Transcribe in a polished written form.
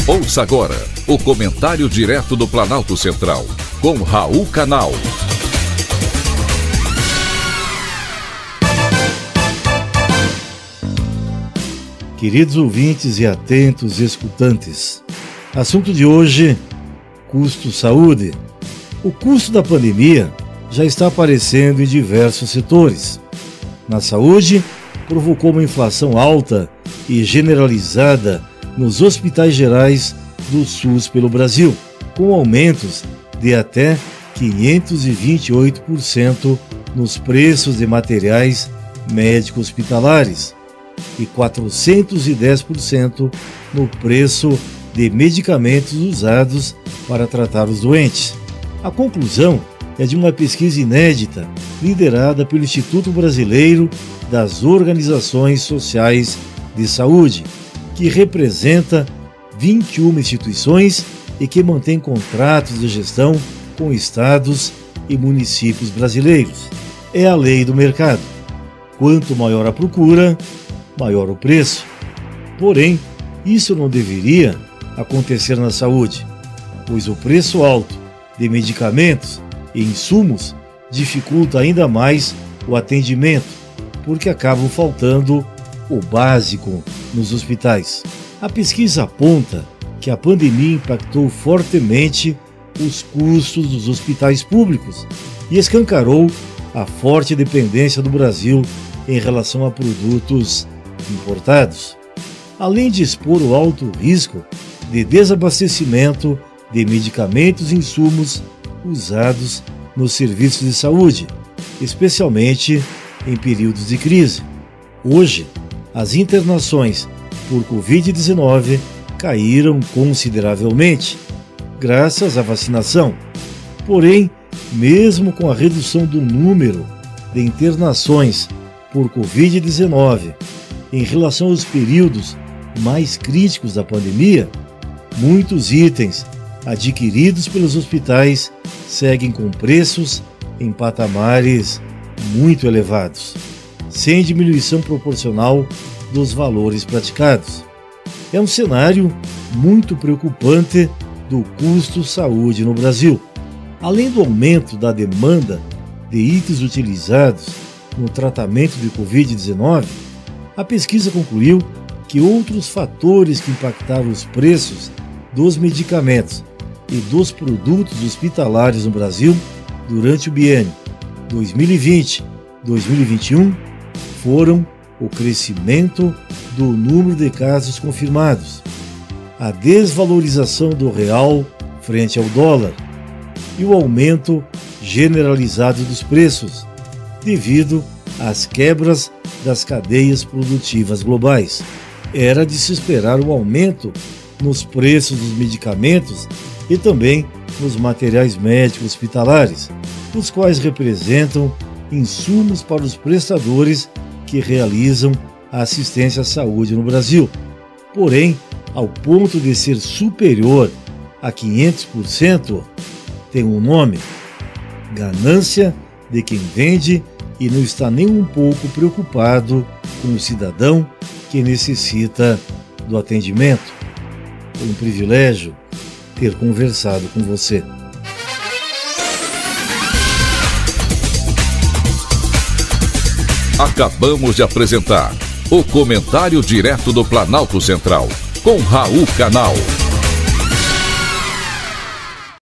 Ouça agora o comentário direto do Planalto Central, com Raul Canal. Queridos ouvintes e atentos escutantes, assunto de hoje, custo saúde. O custo da pandemia já está aparecendo em diversos setores. Na saúde, provocou uma inflação alta e generalizada nos hospitais gerais do SUS pelo Brasil, com aumentos de até 528% nos preços de materiais médicos hospitalares e 410% no preço de medicamentos usados para tratar os doentes. A conclusão é de uma pesquisa inédita liderada pelo Instituto Brasileiro das Organizações Sociais de Saúde, que representa 21 instituições e que mantém contratos de gestão com estados e municípios brasileiros. É a lei do mercado. Quanto maior a procura, maior o preço. Porém, isso não deveria acontecer na saúde, pois o preço alto de medicamentos e insumos dificulta ainda mais o atendimento, porque acabam faltando o básico nos hospitais. A pesquisa aponta que a pandemia impactou fortemente os custos dos hospitais públicos e escancarou a forte dependência do Brasil em relação a produtos importados, além de expor o alto risco de desabastecimento de medicamentos e insumos usados nos serviços de saúde, especialmente em períodos de crise. Hoje, as internações por Covid-19 caíram consideravelmente, graças à vacinação. Porém, mesmo com a redução do número de internações por Covid-19 em relação aos períodos mais críticos da pandemia, muitos itens adquiridos pelos hospitais seguem com preços em patamares muito elevados, sem diminuição proporcional dos valores praticados. É um cenário muito preocupante do custo saúde no Brasil. Além do aumento da demanda de itens utilizados no tratamento de Covid-19, a pesquisa concluiu que outros fatores que impactaram os preços dos medicamentos e dos produtos hospitalares no Brasil durante o biênio 2020-2021 foram o crescimento do número de casos confirmados, a desvalorização do real frente ao dólar e o aumento generalizado dos preços, devido às quebras das cadeias produtivas globais. Era de se esperar um aumento nos preços dos medicamentos e também nos materiais médicos hospitalares, os quais representam insumos para os prestadores que realizam a assistência à saúde no Brasil. Porém, ao ponto de ser superior a 500%, tem um nome: ganância de quem vende e não está nem um pouco preocupado com o cidadão que necessita do atendimento. Foi um privilégio ter conversado com você. Acabamos de apresentar o comentário direto do Planalto Central, com Raul Canal.